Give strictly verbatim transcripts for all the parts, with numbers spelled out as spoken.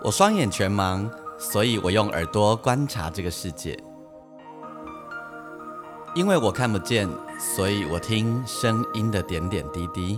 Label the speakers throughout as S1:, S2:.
S1: 我双眼全盲，所以我用耳朵观察这个世界。因为我看不见，所以我听声音的点点滴滴。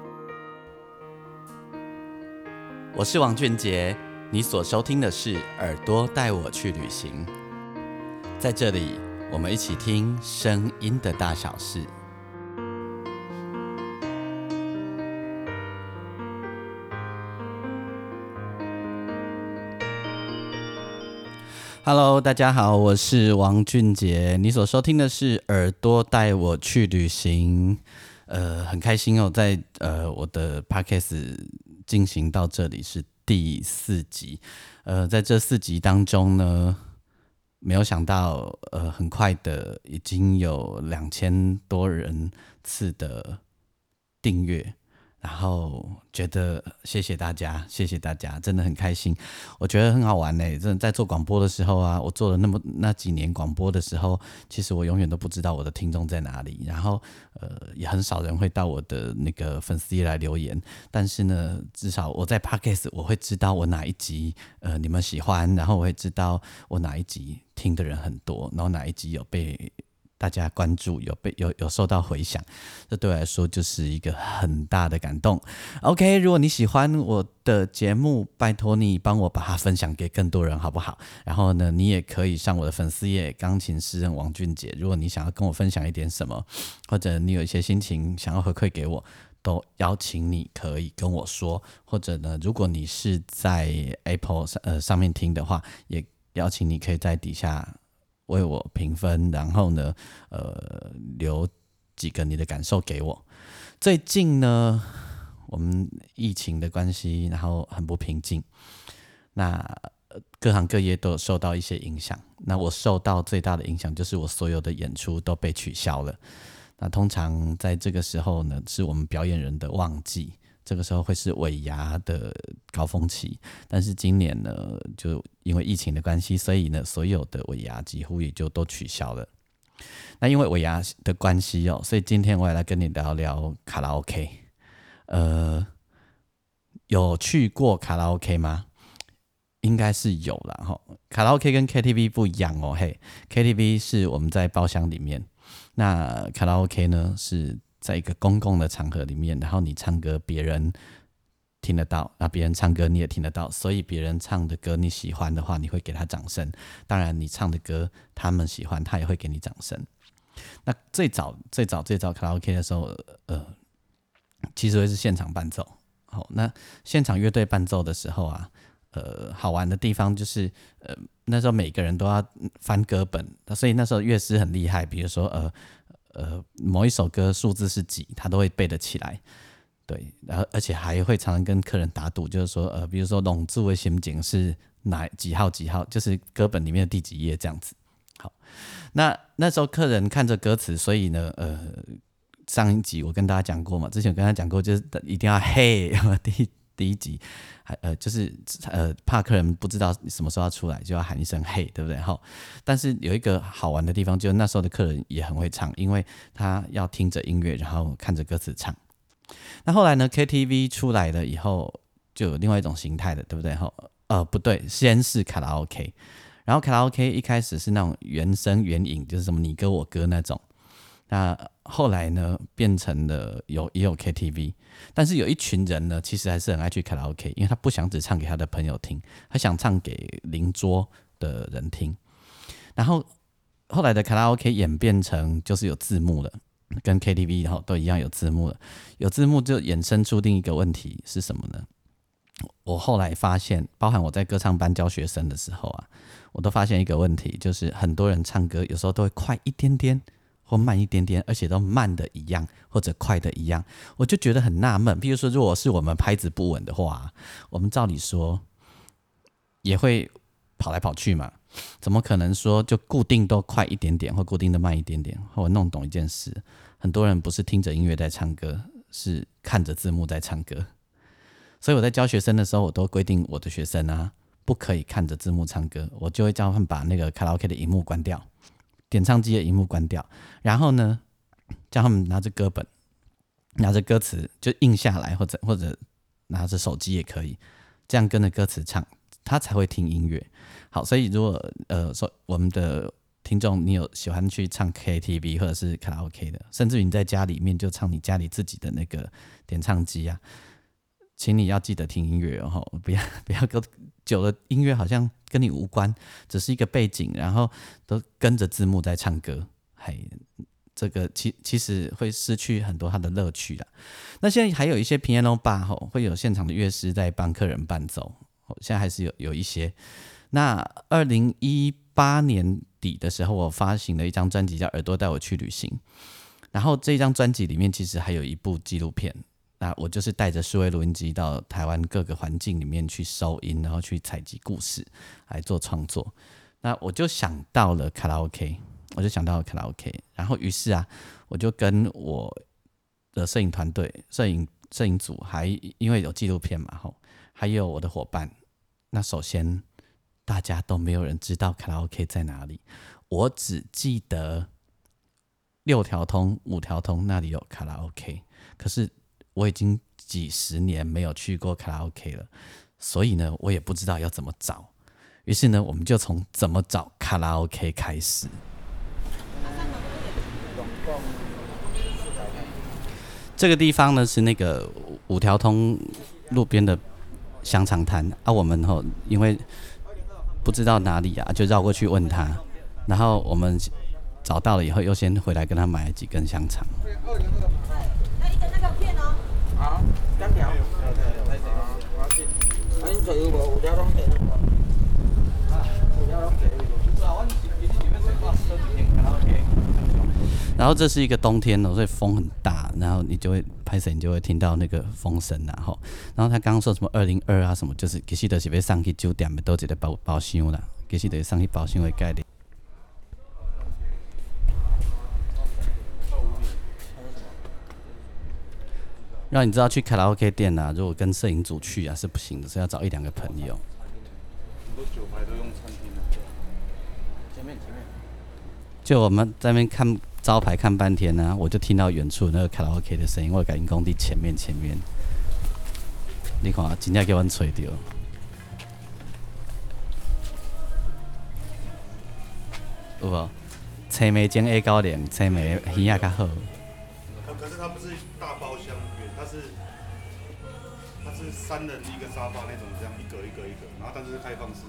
S1: 我是王俊杰，你所收听的是《耳朵带我去旅行》。在这里，我们一起听声音的大小事。Hello， 大家好，我是王俊杰，你所收听的是《耳朵带我去旅行》。呃，很开心哦，在呃我的 Podcast 进行到这里是第四集。呃，在这四集当中呢，没有想到，呃，很快的已经有两千多人次的订阅。然后觉得谢谢大家，谢谢大家，真的很开心。我觉得很好玩耶，真的在做广播的时候啊，我做了那么那几年广播的时候，其实我永远都不知道我的听众在哪里，然后呃也很少人会到我的那个粉丝页来留言。但是呢，至少我在 Podcast 我会知道我哪一集呃你们喜欢，然后我会知道我哪一集听的人很多，然后哪一集有被大家关注，有被有有受到回响，这对我来说就是一个很大的感动。OK， 如果你喜欢我的节目，拜托你帮我把它分享给更多人，好不好？然后呢，你也可以上我的粉丝页，钢琴诗人王俊杰。如果你想要跟我分享一点什么，或者你有一些心情想要回馈给我，都邀请你可以跟我说。或者呢，如果你是在 Apple 上呃上面听的话，也邀请你可以在底下为我评分，然后呢，呃，留几个你的感受给我。最近呢，我们疫情的关系，然后很不平静，那各行各业都有受到一些影响。那我受到最大的影响就是我所有的演出都被取消了。那通常在这个时候呢，是我们表演人的旺季。这个时候会是尾牙的高峰期，但是今年呢，就因为疫情的关系，所以呢，所有的尾牙几乎也就都取消了。那因为尾牙的关系哦，所以今天我也来跟你聊聊卡拉 OK。呃，有去过卡拉 OK 吗？应该是有啦齁。卡拉 OK 跟 K T V 不一样哦，嘿 ，K T V 是我们在包厢里面，那卡拉 OK 呢是在一个公共的场合里面，然后你唱歌别人听得到，那别人唱歌你也听得到，所以别人唱的歌你喜欢的话，你会给他掌声。当然你唱的歌他们喜欢，他也会给你掌声。那最早最早最早卡拉 OK 的时候，呃，其实会是现场伴奏。好，那现场乐队伴奏的时候啊，呃，好玩的地方就是，呃，那时候每个人都要翻歌本，所以那时候乐师很厉害，比如说呃。呃，某一首歌数字是几，他都会背得起来，对，然后而且还会常常跟客人打赌，就是说，呃，比如说龙珠的心景是哪几号几号，就是歌本里面的第几页这样子。好，那那时候客人看着歌词，所以呢，呃，上一集我跟大家讲过嘛，之前我跟他讲过，就是一定要嘿，第一第一集，呃，就是呃，怕客人不知道什么时候要出来，就要喊一声嘿，对不对？哈，但是有一个好玩的地方，就是那时候的客人也很会唱，因为他要听着音乐，然后看着歌词唱。那后来呢 ，K T V 出来了以后，就有另外一种形态的，对不对？哈，呃，不对，先是卡拉 OK， 然后卡拉 OK 一开始是那种原声原影，就是什么你歌我歌那种。那后来呢，变成了有也有 K T V， 但是有一群人呢，其实还是很爱去卡拉 OK， 因为他不想只唱给他的朋友听，他想唱给邻桌的人听。然后后来的卡拉 OK 演变成就是有字幕了，跟 K T V 都一样有字幕了。有字幕就衍生出另一个问题是什么呢？我后来发现，包含我在歌唱班教学生的时候啊，我都发现一个问题，就是很多人唱歌有时候都会快一点点。或慢一点点，而且都慢的一样，或者快的一样，我就觉得很纳闷。比如说，如果是我们拍子不稳的话，我们照理说也会跑来跑去嘛，怎么可能说就固定都快一点点，或固定的慢一点点？或我弄懂一件事，很多人不是听着音乐在唱歌，是看着字幕在唱歌。所以我在教学生的时候，我都规定我的学生啊，不可以看着字幕唱歌，我就会叫他们把那个卡拉 OK 的荧幕关掉。点唱机的荧幕关掉，然后呢，叫他们拿着歌本，拿着歌词就印下来，或者或者拿着手机也可以，这样跟着歌词唱， 他才会听音乐。好，所以如果呃说我们的听众你有喜欢去唱 K T V 或者是卡拉 OK 的，甚至于你在家里面就唱你家里自己的那个点唱机啊，请你要记得听音乐哦，不要不要跟久了音乐好像跟你无关，只是一个背景，然后都跟着字幕在唱歌，嘿，这个其其实会失去很多它的乐趣啦。那现在还有一些 piano bar 吼，会有现场的乐师在帮客人伴奏，现在还是有有一些。那二零一八年底的时候，我发行了一张专辑叫《耳朵带我去旅行》，然后这张专辑里面其实还有一部纪录片。那我就是带着数位录音机到台湾各个环境里面去收音，然后去采集故事来做创作。那我就想到了卡拉 OK， 我就想到了卡拉 OK， 然后于是啊，我就跟我的摄影团队、摄影摄影组，还因为有纪录片嘛，吼，还有我的伙伴。那首先。大家都没有人知道卡拉 OK 在哪里，我只记得六条通、五条通那里有卡拉 OK， 可是我已经几十年没有去过卡拉 OK 了，所以呢，我也不知道要怎么找。于是呢，我们就从怎么找卡拉 OK 开始。这个地方呢是那个五条通路边的香肠摊啊，我们吼因为。不知道哪里啊，就绕过去问他，然后我们找到了以后，又先回来跟他买了几根香肠。
S2: 那一个那个片哦。好，两条。啊，你坐有无？有条拢坐有无？啊，有条拢坐有无？不知道，我今天准备水果生甜卡拉 OK。
S1: 然后这是一个冬天哦，所以风很大，然后你就会拍摄，你就会听到那个风声啊，吼。然后他刚刚说什么二零二啊什么，就是其实就是要上去酒店的都一个包包厢啦，其实就是上去包厢的概念。让你知道去卡拉 OK 店啊，如果跟摄影组去啊是不行的，是要找一两个朋友。
S3: 很多酒牌都用餐厅的。
S2: 前面前面。
S1: 就我们在那边看招牌看半天呢、啊，我就听到远处那个卡拉 OK 的声音，我赶紧工地前面前面，你看，真正给阮找到，有无？青梅精 A 高粱，青梅鱼仔较好。
S3: 可是它不是大包厢，它是它是三人一个沙发那种，这样一格一格一格，然后但是是开放式。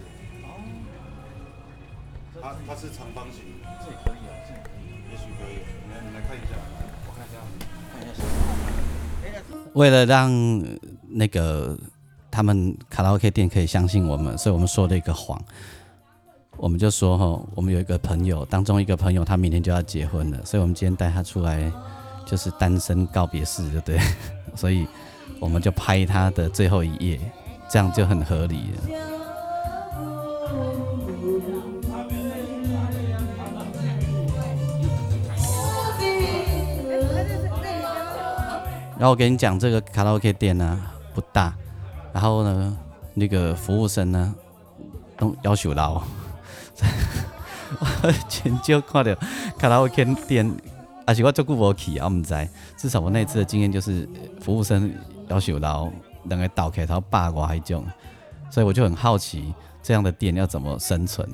S3: 它它是长方形，
S2: 这也可以啊，这也可以。
S3: 也许可以，你来你来看一下，我看一下，
S2: 看一下。
S1: 为了让那个他们卡拉 OK 店可以相信我们，所以我们说了一个谎。我们就说哈，我们有一个朋友，当中一个朋友他明天就要结婚了，所以我们今天带他出来，就是单身告别式，对不对？所以我们就拍他的最后一页，这样就很合理了。然后我跟你讲，这个卡拉 OK 店呢、啊、不大，然后呢，那个服务生呢都要求老。我前就看到卡拉 OK 店，而且我做久无去啊，我唔知。至少我那次的经验就是，服务生要求老，两个倒开头八卦还种，所以我就很好奇，这样的店要怎么生存。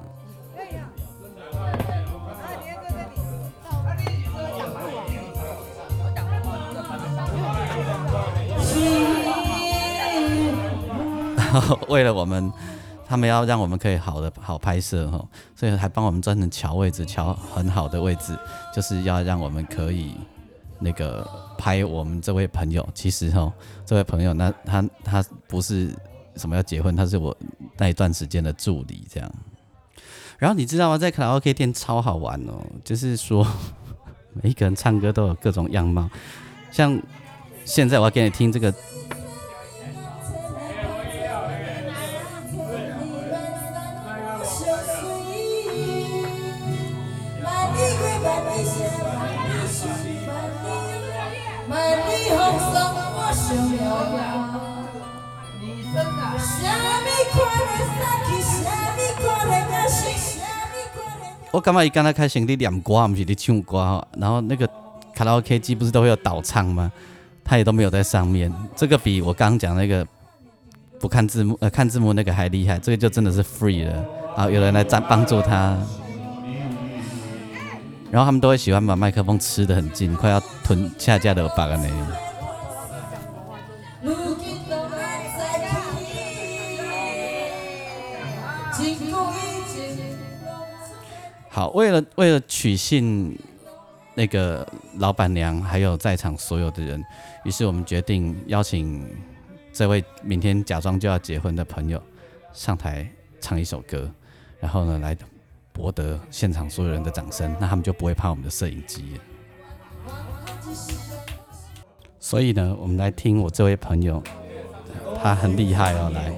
S1: 为了我们，他们要让我们可以好的好拍摄哈，所以还帮我们专门调位置，调很好的位置，就是要让我们可以那个拍我们这位朋友。其实哈，这位朋友那他他不是什么要结婚，他是我那一段时间的助理这样。然后你知道吗？在卡拉 OK 店超好玩哦，就是说每一个人唱歌都有各种样貌，像现在我要给你听这个。我感觉伊刚才开始你念歌，不是你唱歌。然后那个卡拉 OK 机不是都会有导唱吗？他也都没有在上面。这个比我刚刚讲那个不看字幕，呃，看字幕那个还厉害，这个就真的是 free 了。啊，有人来帮助他，然后他们都会喜欢把麦克风吃得很近，快要吞下架的把个呢。好，为了为了取信那个老板娘，还有在场所有的人，于是我们决定邀请这位明天假装就要结婚的朋友上台唱一首歌，然后呢来博得现场所有人的掌声，那他们就不会怕我们的摄影机了。所以呢，我们来听我这位朋友，他很厉害哦，来。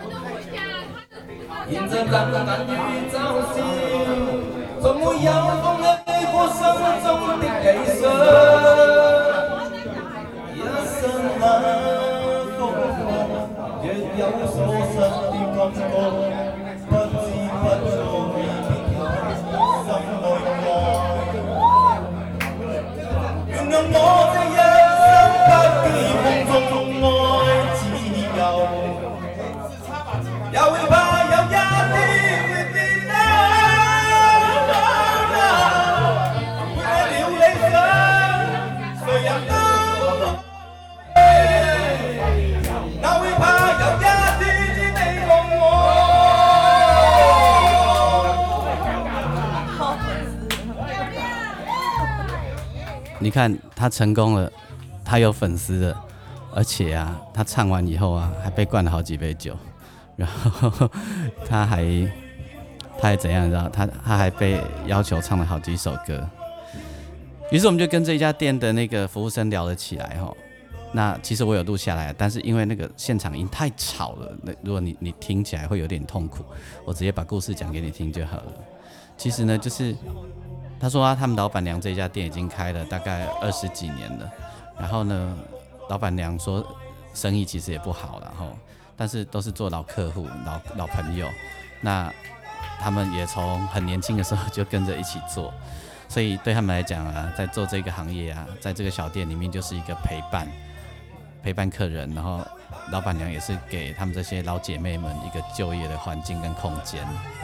S4: 迎着淡淡雨朝夕，從沒有風起過心中的理想。一生那風浪，若有所失的感覺，不知不覺已變入心內愛。原諒我這一生不羈夢中愛自由，也會怕。
S1: 你看他成功了，他有粉丝了，而且啊，他唱完以后啊，还被灌了好几杯酒，然后他还他还怎样？你知道？他他还被要求唱了好几首歌。于是我们就跟这一家店的那个服务生聊了起来哈。那其实我有录下来，但是因为那个现场音太吵了，那如果你你听起来会有点痛苦，我直接把故事讲给你听就好了。其实呢，就是他说啊，他们老板娘这家店已经开了大概二十几年了，然后呢，老板娘说生意其实也不好了哈，但是都是做老客户、老老朋友，那他们也从很年轻的时候就跟着一起做。所以对他们来讲啊，在做这个行业啊，在这个小店里面就是一个陪伴，陪伴客人，然后老板娘也是给他们这些老姐妹们一个就业的环境跟空间。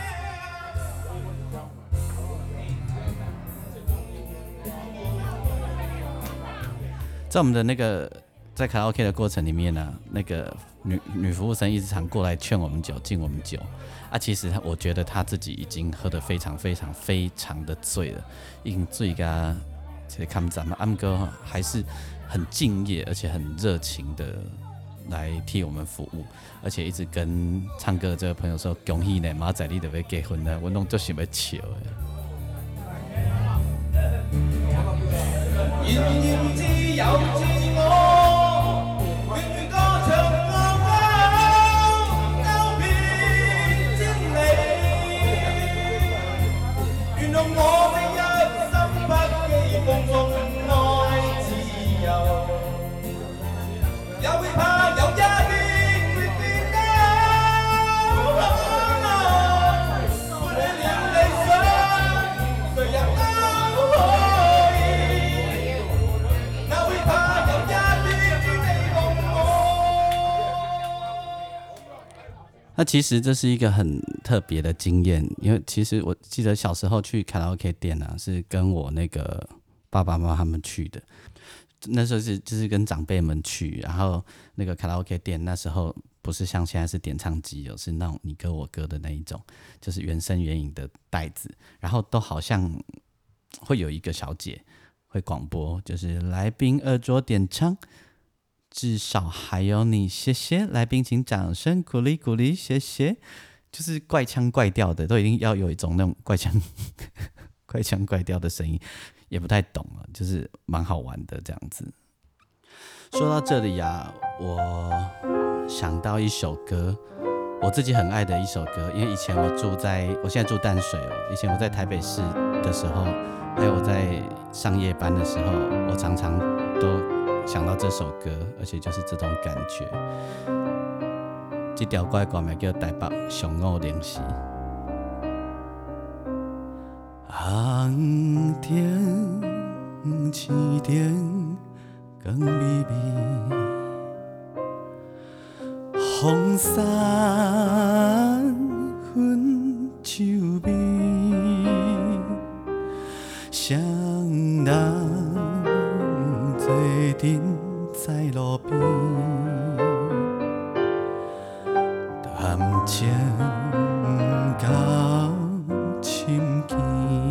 S1: 在我们的那个在卡拉 OK 的过程里面呢、啊，那个女女服务生一直常过来劝我们酒，敬我们酒。啊，其实我觉得他自己已经喝得非常非常非常的醉了，已经醉个这个看咱们安哥还是很敬业，而且很热情的来替我们服务，而且一直跟唱歌的这个朋友说恭喜呢，马仔你就要结婚了，我弄就想要笑的。那其实这是一个很特别的经验，因为其实我记得小时候去卡拉 OK 店啊，是跟我那个爸爸妈妈他们去的。那时候是就是跟长辈们去，然后那个卡拉 OK 店那时候不是像现在是点唱机哦，是那种你歌我歌的那一种，就是原声原影的带子，然后都好像会有一个小姐会广播，就是来宾耳朵点唱。至少还有你，谢谢来宾，请掌声鼓励鼓励，谢谢。就是怪腔怪调的，都一定要有一种那种怪腔怪腔怪调的声音，也不太懂了，就是蛮好玩的这样子。说到这里啊，我想到一首歌，我自己很爱的一首歌，因为以前我住在，我现在住淡水哦，以前我在台北市的时候，还有我在上夜班的时候，我常常都想到这首歌，而且就是这种感觉。这条歌的歌名叫《台北上午零时》。红灯青灯光微微， 风散分酒味，谁人坐阵在路边，谈情到深更，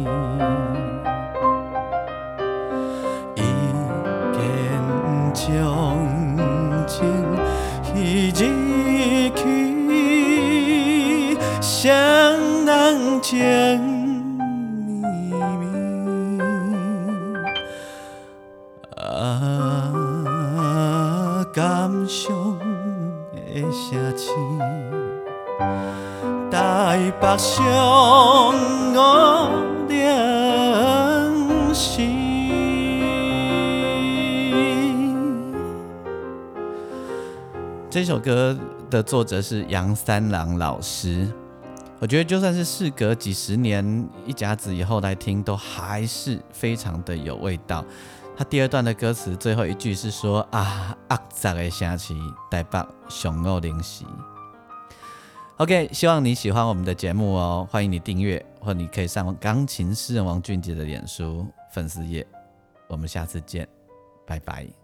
S1: 已经将情彼日去，谁人情绵绵？啊，感伤的城市，台北上五零时。这首歌的作者是杨三郎老师，我觉得就算是事隔几十年，一甲子以后来听，都还是非常的有味道。他第二段的歌词最后一句是说啊，压杂的城市，台北上五零时。OK， 希望你喜欢我们的节目哦，欢迎你订阅，或你可以上钢琴诗人王俊杰的脸书粉丝页。我们下次见，拜拜。